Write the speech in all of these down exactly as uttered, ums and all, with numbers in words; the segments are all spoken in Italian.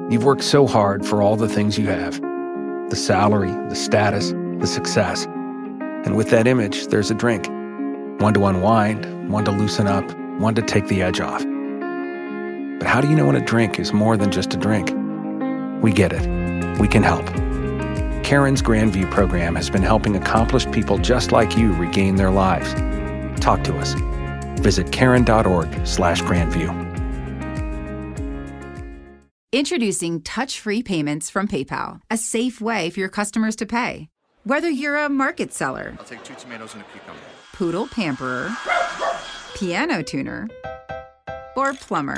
You've worked so hard for all the things you have. The salary, the status, the success. And with that image, there's a drink. One to unwind, one to loosen up, one to take the edge off. But how do you know when a drink is more than just a drink? We get it. We can help. Karen's Grandview program has been helping accomplished people just like you regain their lives. Talk to us. Visit karen.org slash Grandview. Introducing touch-free payments from PayPal, a safe way for your customers to pay. Whether you're a market seller, I'll take two tomatoes and a cucumber, poodle pamperer, piano tuner, or plumber.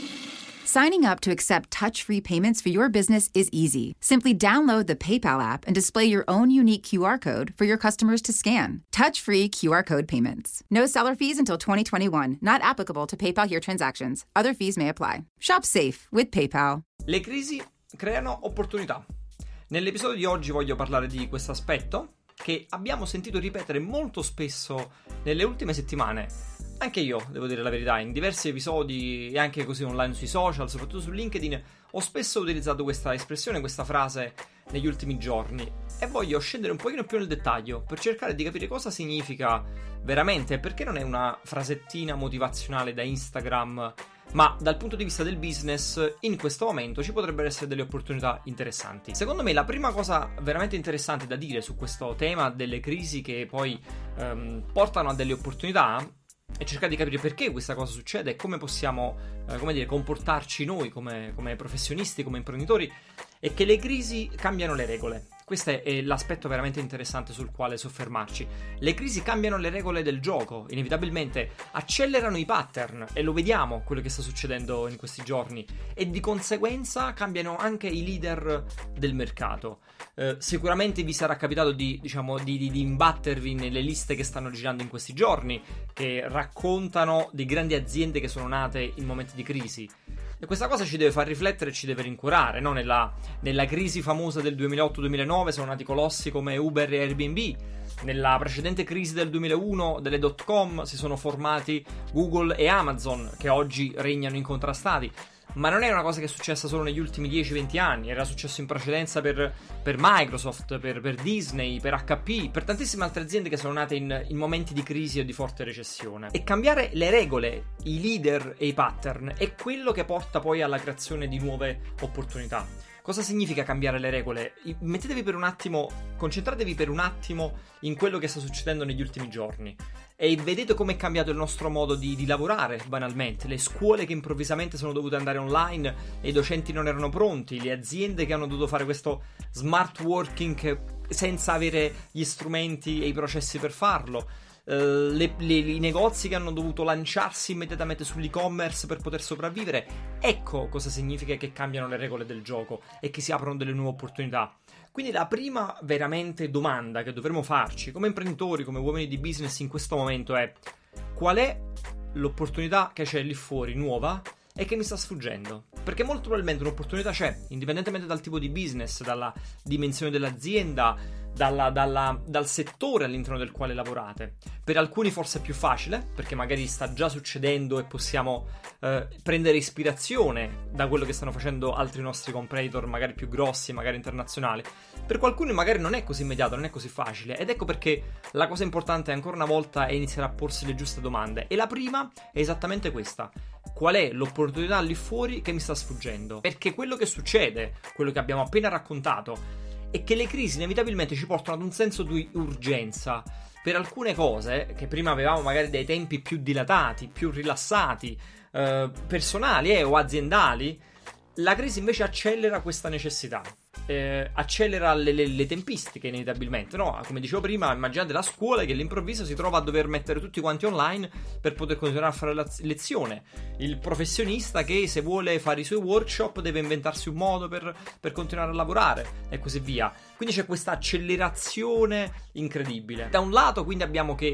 Signing up to accept touch-free payments for your business is easy. Simply download the PayPal app and display your own unique Q R code for your customers to scan. Touch-free Q R code payments. No seller fees until twenty twenty-one. Not applicable to PayPal here transactions. Other fees may apply. Shop safe with PayPal. Le crisi creano opportunità. Nell'episodio di oggi voglio parlare di questo aspetto che abbiamo sentito ripetere molto spesso nelle ultime settimane. Anche io, devo dire la verità, in diversi episodi e anche così online sui social, soprattutto su LinkedIn, ho spesso utilizzato questa espressione, questa frase negli ultimi giorni e voglio scendere un pochino più nel dettaglio per cercare di capire cosa significa veramente e perché non è una frasettina motivazionale da Instagram, ma dal punto di vista del business in questo momento ci potrebbero essere delle opportunità interessanti. Secondo me la prima cosa veramente interessante da dire su questo tema delle crisi che poi ehm, portano a delle opportunità e cercare di capire perché questa cosa succede e come possiamo eh, come dire, comportarci noi come, come professionisti, come imprenditori, e che le crisi cambiano le regole. Questo è, è l'aspetto veramente interessante sul quale soffermarci. Le crisi cambiano le regole del gioco, inevitabilmente accelerano i pattern, e lo vediamo quello che sta succedendo in questi giorni, e di conseguenza cambiano anche i leader del mercato. Eh, sicuramente vi sarà capitato di, diciamo, di, di, di imbattervi nelle liste che stanno girando in questi giorni, che raccontano di grandi aziende che sono nate in momenti di crisi. E questa cosa ci deve far riflettere e ci deve rincuorare, no? Nella, nella crisi famosa del duemilaotto duemilanove sono nati colossi come Uber e Airbnb. Nella precedente crisi del duemilauno delle dot com si sono formati Google e Amazon, che oggi regnano incontrastati. Ma non è una cosa che è successa solo negli ultimi dieci venti anni, era successo in precedenza per, per Microsoft, per, per Disney, per H P, per tantissime altre aziende che sono nate in, in momenti di crisi o di forte recessione. E cambiare le regole, i leader e i pattern è quello che porta poi alla creazione di nuove opportunità. Cosa significa cambiare le regole? Mettetevi per un attimo, concentratevi per un attimo in quello che sta succedendo negli ultimi giorni e vedete come è cambiato il nostro modo di, di lavorare, banalmente. Le scuole che improvvisamente sono dovute andare online e i docenti non erano pronti, le aziende che hanno dovuto fare questo smart working senza avere gli strumenti e i processi per farlo. Uh, le, le, i negozi che hanno dovuto lanciarsi immediatamente sull'e-commerce per poter sopravvivere. Ecco cosa significa che cambiano le regole del gioco e che si aprono delle nuove opportunità. Quindi la prima veramente domanda che dovremmo farci come imprenditori, come uomini di business in questo momento è: qual è l'opportunità che c'è lì fuori nuova e che mi sta sfuggendo? Perché molto probabilmente un'opportunità c'è, indipendentemente dal tipo di business, dalla dimensione dell'azienda, dalla, dalla, dal settore all'interno del quale lavorate. Per alcuni forse è più facile, perché magari sta già succedendo e possiamo eh, prendere ispirazione da quello che stanno facendo altri nostri competitor, magari più grossi, magari internazionali. Per qualcuno magari non è così immediato, non è così facile, ed ecco perché la cosa importante ancora una volta è iniziare a porsi le giuste domande. E la prima è esattamente questa: qual è l'opportunità lì fuori che mi sta sfuggendo? Perché quello che succede, quello che abbiamo appena raccontato, è che le crisi inevitabilmente ci portano ad un senso di urgenza. Per alcune cose che prima avevamo magari dei tempi più dilatati, più rilassati, eh, personali eh, o aziendali, la crisi invece accelera questa necessità. Eh, accelera le, le, le tempistiche inevitabilmente, no? Come dicevo prima, immaginate la scuola che all'improvviso si trova a dover mettere tutti quanti online per poter continuare a fare la lezione, il professionista che se vuole fare i suoi workshop deve inventarsi un modo per, per continuare a lavorare e così via. Quindi c'è questa accelerazione incredibile. Da un lato quindi abbiamo che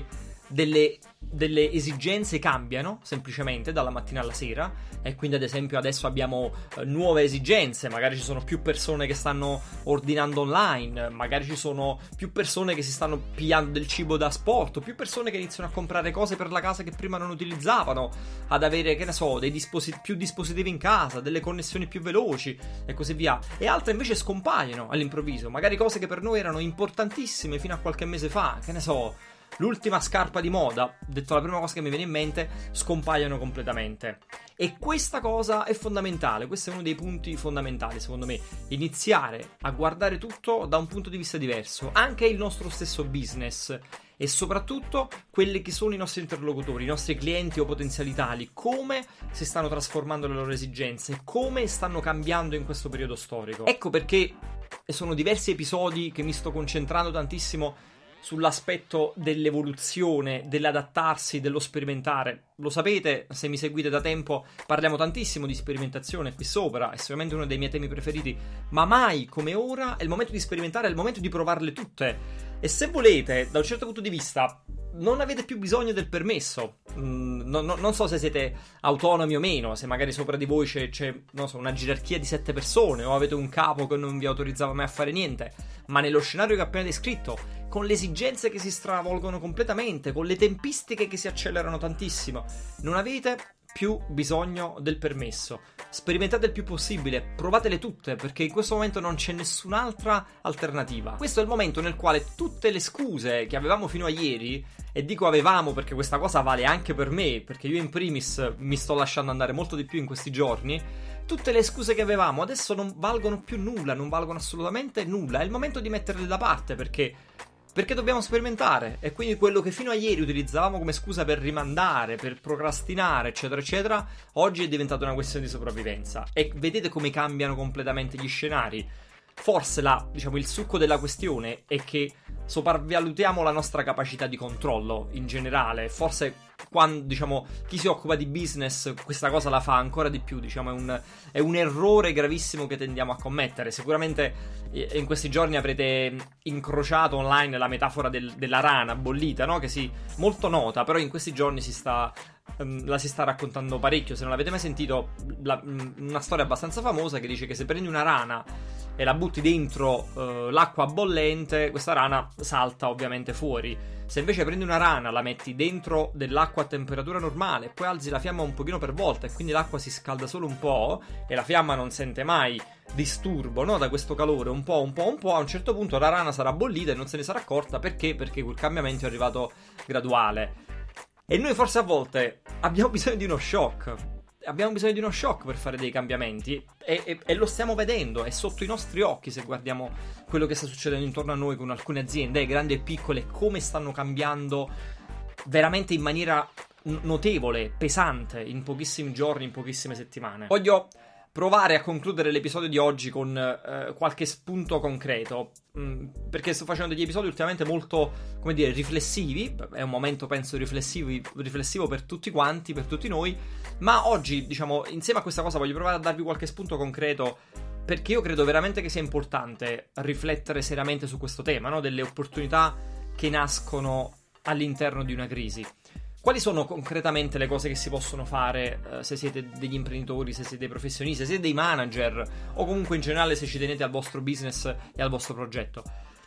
delle, delle esigenze cambiano semplicemente dalla mattina alla sera, e quindi ad esempio adesso abbiamo eh, nuove esigenze, magari ci sono più persone che stanno ordinando online, magari ci sono più persone che si stanno pigliando del cibo da asporto, più persone che iniziano a comprare cose per la casa che prima non utilizzavano, ad avere, che ne so, dei disposi- più dispositivi in casa, delle connessioni più veloci e così via, e altre invece scompaiono all'improvviso, magari cose che per noi erano importantissime fino a qualche mese fa, che ne so, l'ultima scarpa di moda, detto la prima cosa che mi viene in mente, scompaiono completamente. E questa cosa è fondamentale, questo è uno dei punti fondamentali secondo me, iniziare a guardare tutto da un punto di vista diverso, anche il nostro stesso business e soprattutto quelli che sono i nostri interlocutori, i nostri clienti o potenziali tali, come si stanno trasformando le loro esigenze, come stanno cambiando in questo periodo storico. Ecco perché sono diversi episodi che mi sto concentrando tantissimo sull'aspetto dell'evoluzione, dell'adattarsi, dello sperimentare. Lo sapete, se mi seguite da tempo, parliamo tantissimo di sperimentazione qui sopra, è sicuramente uno dei miei temi preferiti, ma mai come ora è il momento di sperimentare, è il momento di provarle tutte. E se volete, da un certo punto di vista, non avete più bisogno del permesso. Mm, no, no, non so se siete autonomi o meno, se magari sopra di voi c'è, c'è non so, una gerarchia di sette persone, o avete un capo che non vi autorizzava mai a fare niente, ma nello scenario che ho appena descritto, con le esigenze che si stravolgono completamente, con le tempistiche che si accelerano tantissimo, non avete più bisogno del permesso. Sperimentate il più possibile, provatele tutte, perché in questo momento non c'è nessun'altra alternativa. Questo è il momento nel quale tutte le scuse che avevamo fino a ieri, e dico avevamo perché questa cosa vale anche per me, perché io in primis mi sto lasciando andare molto di più in questi giorni, tutte le scuse che avevamo adesso non valgono più nulla, non valgono assolutamente nulla. È il momento di metterle da parte, perché Perché dobbiamo sperimentare, e quindi quello che fino a ieri utilizzavamo come scusa per rimandare, per procrastinare, eccetera eccetera, oggi è diventata una questione di sopravvivenza. E vedete come cambiano completamente gli scenari. Forse la, diciamo, il succo della questione è che sopravvalutiamo la nostra capacità di controllo in generale. Forse quando, diciamo, chi si occupa di business questa cosa la fa ancora di più, diciamo, è un, è un errore gravissimo che tendiamo a commettere. Sicuramente in questi giorni avrete incrociato online la metafora del, della rana bollita, no? Che si, molto nota, però in questi giorni si sta um, la si sta raccontando parecchio. Se non l'avete mai sentito, la, una storia abbastanza famosa che dice che se prendi una rana e la butti dentro uh, l'acqua bollente, questa rana salta ovviamente fuori. Se invece prendi una rana, la metti dentro dell'acqua a temperatura normale, poi alzi la fiamma un pochino per volta e quindi l'acqua si scalda solo un po' e la fiamma non sente mai disturbo, no, da questo calore, un po', un po', un po', a un certo punto la rana sarà bollita e non se ne sarà accorta. Perché? Perché quel cambiamento è arrivato graduale. E noi forse a volte abbiamo bisogno di uno shock. Abbiamo bisogno di uno shock per fare dei cambiamenti e, e, e lo stiamo vedendo, è sotto i nostri occhi se guardiamo quello che sta succedendo intorno a noi con alcune aziende, grandi e piccole, come stanno cambiando veramente in maniera notevole, pesante, in pochissimi giorni, in pochissime settimane. Voglio provare a concludere l'episodio di oggi con eh, qualche spunto concreto, mh, perché sto facendo degli episodi ultimamente molto, come dire, riflessivi. È un momento, penso, riflessivi, riflessivo per tutti quanti, per tutti noi, ma oggi, diciamo, insieme a questa cosa voglio provare a darvi qualche spunto concreto, perché io credo veramente che sia importante riflettere seriamente su questo tema, no? Delle opportunità che nascono all'interno di una crisi. Quali sono concretamente le cose che si possono fare eh, se siete degli imprenditori, se siete dei professionisti, se siete dei manager o comunque in generale se ci tenete al vostro business e al vostro progetto?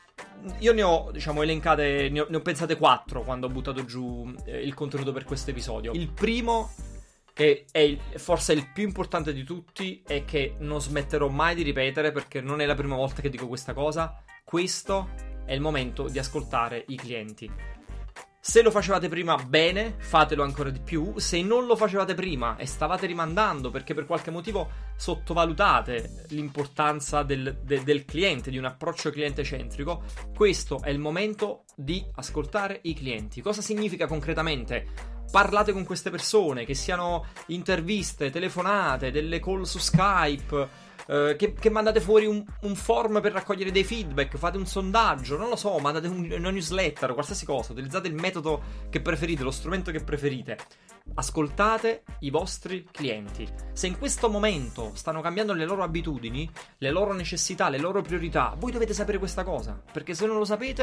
Io ne ho, diciamo, elencate, ne ho, ne ho pensate quattro quando ho buttato giù eh, il contenuto per questo episodio. Il primo, che è il, forse il più importante di tutti e che non smetterò mai di ripetere perché non è la prima volta che dico questa cosa: questo è il momento di ascoltare i clienti. Se lo facevate prima, bene, fatelo ancora di più. Se non lo facevate prima e stavate rimandando perché per qualche motivo sottovalutate l'importanza del, de, del cliente, di un approccio cliente centrico, questo è il momento di ascoltare i clienti. Cosa significa concretamente? Parlate con queste persone, che siano interviste, telefonate, delle call su Skype, Uh, che, che mandate fuori un, un form per raccogliere dei feedback, fate un sondaggio, non lo so, mandate un, una newsletter, qualsiasi cosa, utilizzate il metodo che preferite, lo strumento che preferite. Ascoltate i vostri clienti. Se in questo momento stanno cambiando le loro abitudini, le loro necessità, le loro priorità, voi dovete sapere questa cosa, perché se non lo sapete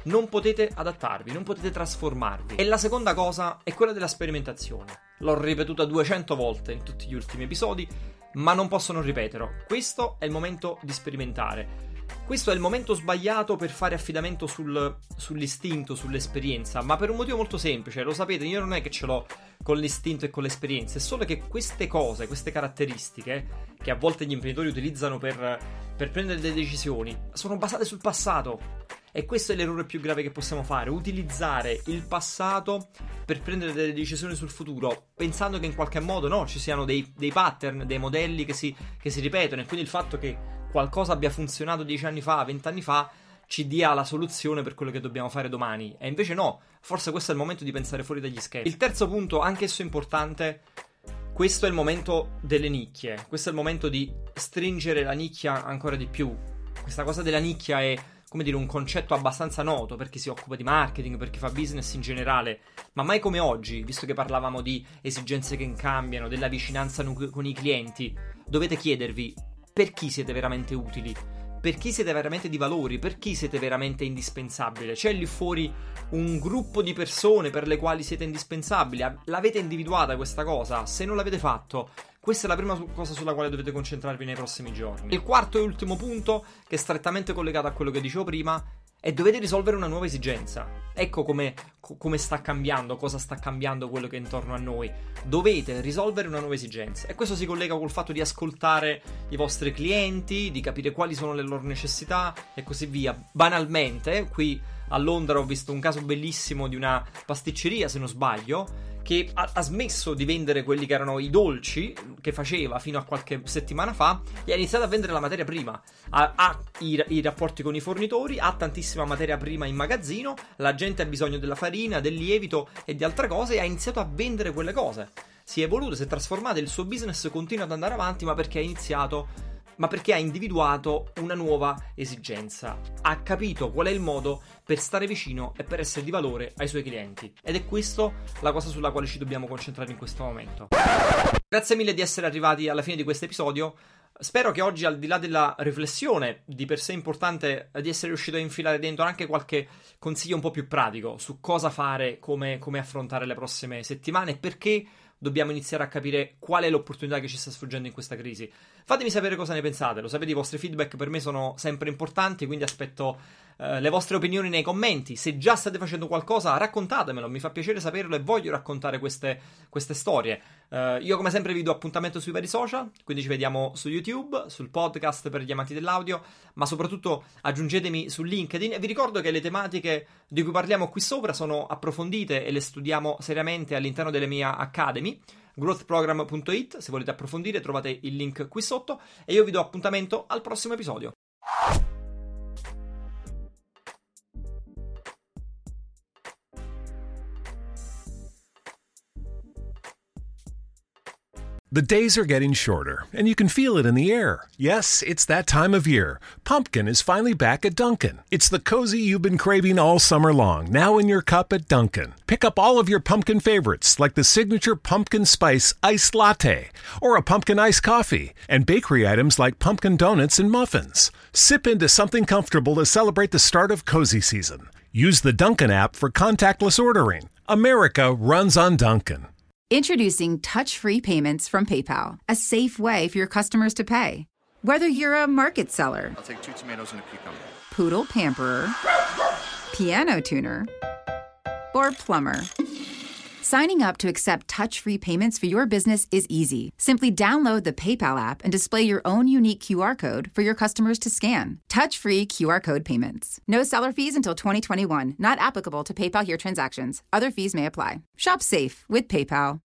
non potete adattarvi, non potete trasformarvi. E la seconda cosa è quella della sperimentazione. L'ho ripetuta duecento volte in tutti gli ultimi episodi, ma non posso non ripeterlo. Questo è il momento di sperimentare. Questo è il momento sbagliato per fare affidamento sul, sull'istinto, sull'esperienza, ma per un motivo molto semplice. Lo sapete, io non è che ce l'ho con l'istinto e con l'esperienza, è solo che queste cose, queste caratteristiche che a volte gli imprenditori utilizzano per, per prendere delle decisioni, sono basate sul passato. E questo è l'errore più grave che possiamo fare: utilizzare il passato per prendere delle decisioni sul futuro, pensando che in qualche modo no, ci siano dei, dei pattern, dei modelli che si, che si ripetono, e quindi il fatto che qualcosa abbia funzionato dieci anni fa, venti anni fa, ci dia la soluzione per quello che dobbiamo fare domani. E invece no, forse questo è il momento di pensare fuori dagli schemi. Il terzo punto, anch'esso importante: questo è il momento delle nicchie, questo è il momento di stringere la nicchia ancora di più. Questa cosa della nicchia è, come dire, un concetto abbastanza noto per chi si occupa di marketing, per chi fa business in generale, ma mai come oggi, visto che parlavamo di esigenze che cambiano, della vicinanza nu- con i clienti, dovete chiedervi: per chi siete veramente utili? Per chi siete veramente di valori? Per chi siete veramente indispensabili? C'è lì fuori un gruppo di persone per le quali siete indispensabili? L'avete individuata questa cosa? Se non l'avete fatto, questa è la prima cosa sulla quale dovete concentrarvi nei prossimi giorni. Il quarto e ultimo punto, che è strettamente collegato a quello che dicevo prima, è: dovete risolvere una nuova esigenza. Ecco come, come sta cambiando, cosa sta cambiando quello che è intorno a noi. Dovete risolvere una nuova esigenza, e questo si collega col fatto di ascoltare i vostri clienti, di capire quali sono le loro necessità e così via. Banalmente, qui a Londra ho visto un caso bellissimo di una pasticceria, se non sbaglio, che ha, ha smesso di vendere quelli che erano i dolci che faceva fino a qualche settimana fa e ha iniziato a vendere la materia prima. Ha, ha i, i rapporti con i fornitori, ha tantissima materia prima in magazzino, la gente ha bisogno della farina, del lievito e di altre cose, e ha iniziato a vendere quelle cose. Si è evoluto, si è trasformato, il suo business continua ad andare avanti, ma perché ha iniziato... ma perché ha individuato una nuova esigenza, ha capito qual è il modo per stare vicino e per essere di valore ai suoi clienti. Ed è questo la cosa sulla quale ci dobbiamo concentrare in questo momento. Grazie mille di essere arrivati alla fine di questo episodio. Spero che oggi, al di là della riflessione di per sé importante, di essere riuscito a infilare dentro anche qualche consiglio un po' più pratico su cosa fare, come, come affrontare le prossime settimane e perché dobbiamo iniziare a capire qual è l'opportunità che ci sta sfuggendo in questa crisi. Fatemi sapere cosa ne pensate, lo sapete, i vostri feedback per me sono sempre importanti, quindi aspetto eh, le vostre opinioni nei commenti. Se già state facendo qualcosa, raccontatemelo, mi fa piacere saperlo e voglio raccontare queste, queste storie. Uh, io come sempre vi do appuntamento sui vari social, quindi ci vediamo su YouTube, sul podcast per gli amanti dell'audio, ma soprattutto aggiungetemi su LinkedIn. E vi ricordo che le tematiche di cui parliamo qui sopra sono approfondite e le studiamo seriamente all'interno delle mie Academy, growth program punto it. Se volete approfondire trovate il link qui sotto, e io vi do appuntamento al prossimo episodio. The days are getting shorter, and you can feel it in the air. Yes, it's that time of year. Pumpkin is finally back at Dunkin'. It's the cozy you've been craving all summer long, now in your cup at Dunkin'. Pick up all of your pumpkin favorites, like the signature pumpkin spice iced latte, or a pumpkin iced coffee, and bakery items like pumpkin donuts and muffins. Sip into something comfortable to celebrate the start of cozy season. Use the Dunkin' app for contactless ordering. America runs on Dunkin'. Introducing touch-free payments from PayPal, a safe way for your customers to pay. Whether you're a market seller, I'll take two tomatoes and a cucumber, poodle pamperer, piano tuner, or plumber, signing up to accept touch-free payments for your business is easy. Simply download the PayPal app and display your own unique Q R code for your customers to scan. Touch-free Q R code payments. No seller fees until twenty twenty-one. Not applicable to PayPal Here transactions. Other fees may apply. Shop safe with PayPal.